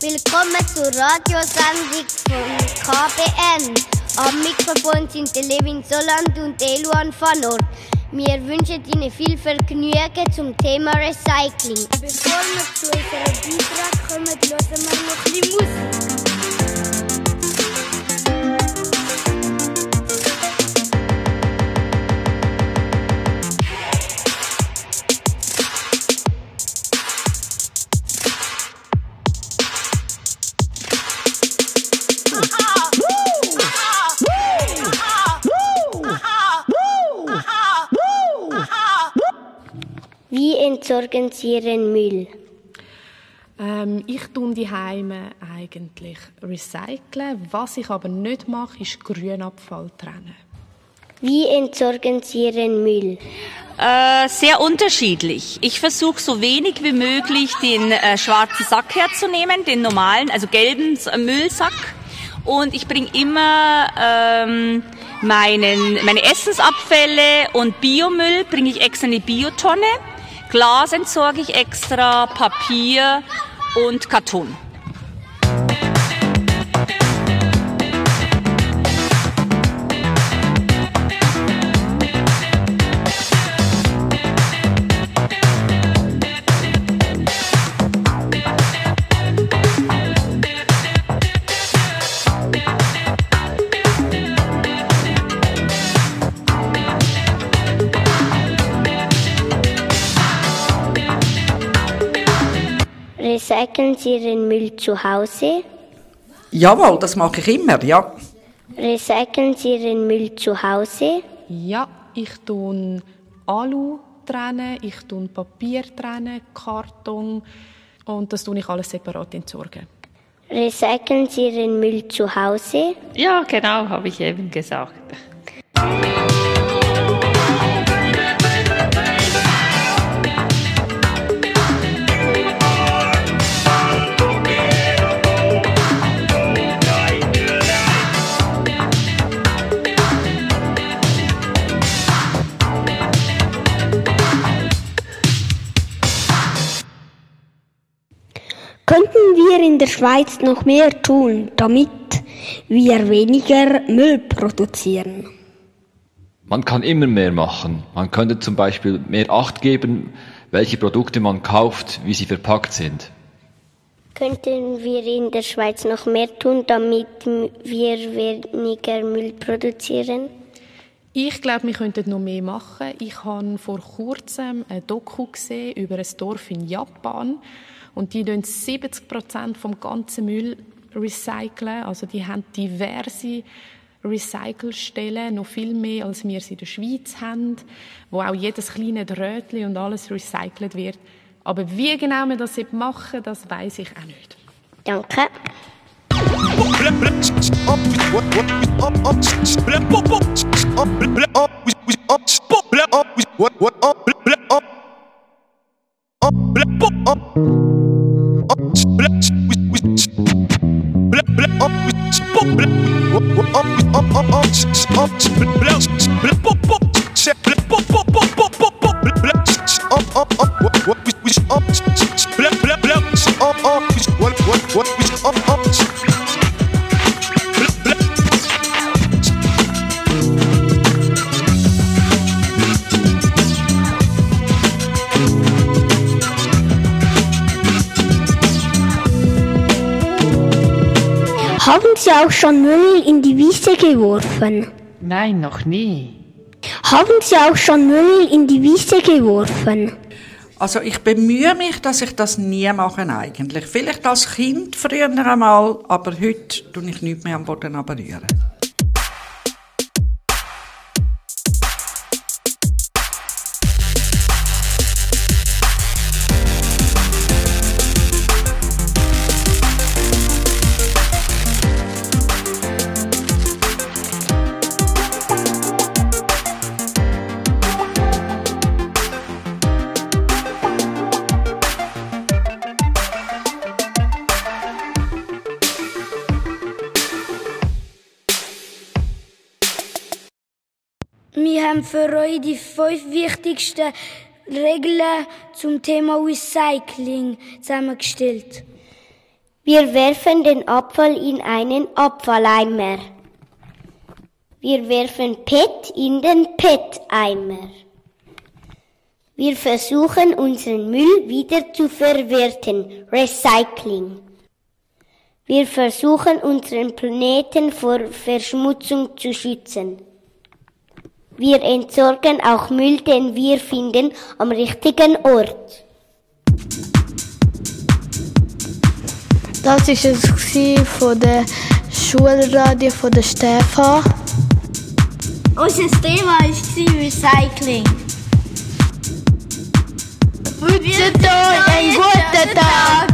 Willkommen zur Radiosendung von KBN. Am Mikrofon sind der Levin Solland und Eluan van Ort. Wir wünschen Ihnen viel Vergnügen zum Thema Recycling. Bevor wir zu unserem Beitrag kommen, hören wir noch ein bisschen Musik. Wie entsorgen Sie Ihren Müll? Ich tue die Heime eigentlich recyceln. Was ich aber nicht mache, ist Grünabfall trennen. Wie entsorgen Sie Ihren Müll? Sehr unterschiedlich. Ich versuche so wenig wie möglich den schwarzen Sack herzunehmen, den normalen, also gelben Müllsack. Und ich bringe immer meine Essensabfälle und Biomüll bringe ich extra in die Biotonne. Glas entsorge ich extra, Papier und Karton. Recyceln Sie Ihren Müll zu Hause? Jawohl, das mache ich immer, ja. Recyceln Sie Ihren Müll zu Hause? Ja, ich tue Alu trennen, ich tue Papier trennen, Karton und das tue ich alles separat entsorgen. Recyceln Sie Ihren Müll zu Hause? Ja, genau, habe ich eben gesagt. Könnten wir in der Schweiz noch mehr tun, damit wir weniger Müll produzieren? Man kann immer mehr machen. Man könnte zum Beispiel mehr Acht geben, welche Produkte man kauft, wie sie verpackt sind. Könnten wir in der Schweiz noch mehr tun, damit wir weniger Müll produzieren? Ich glaube, wir könnten noch mehr machen. Ich habe vor kurzem ein Doku gesehen über ein Dorf in Japan. Und die 70% vom ganzen Müll recyceln. Also die haben diverse Recycelstellen, noch viel mehr, als wir es in der Schweiz haben, wo auch jedes kleine Drötchen und alles recycelt wird. Aber wie genau wir das machen, das weiss ich auch nicht. Danke. Haben Sie auch schon Müll in die Wiese geworfen? Nein, noch nie. Haben Sie auch schon Müll in die Wiese geworfen? Also ich bemühe mich, dass ich das nie mache eigentlich. Vielleicht als Kind früher einmal, aber heute tue ich nichts mehr am Boden rühren. Wir haben für euch die 5 wichtigsten Regeln zum Thema Recycling zusammengestellt. Wir werfen den Abfall in einen Abfalleimer. Wir werfen PET in den PET-Eimer. Wir versuchen, unseren Müll wieder zu verwerten. Recycling. Wir versuchen, unseren Planeten vor Verschmutzung zu schützen. Wir entsorgen auch Müll, den wir finden, am richtigen Ort. Das war es von der Schulradio von der Stefan. Unser Thema war Recycling. Wünsche euch einen guten Tag.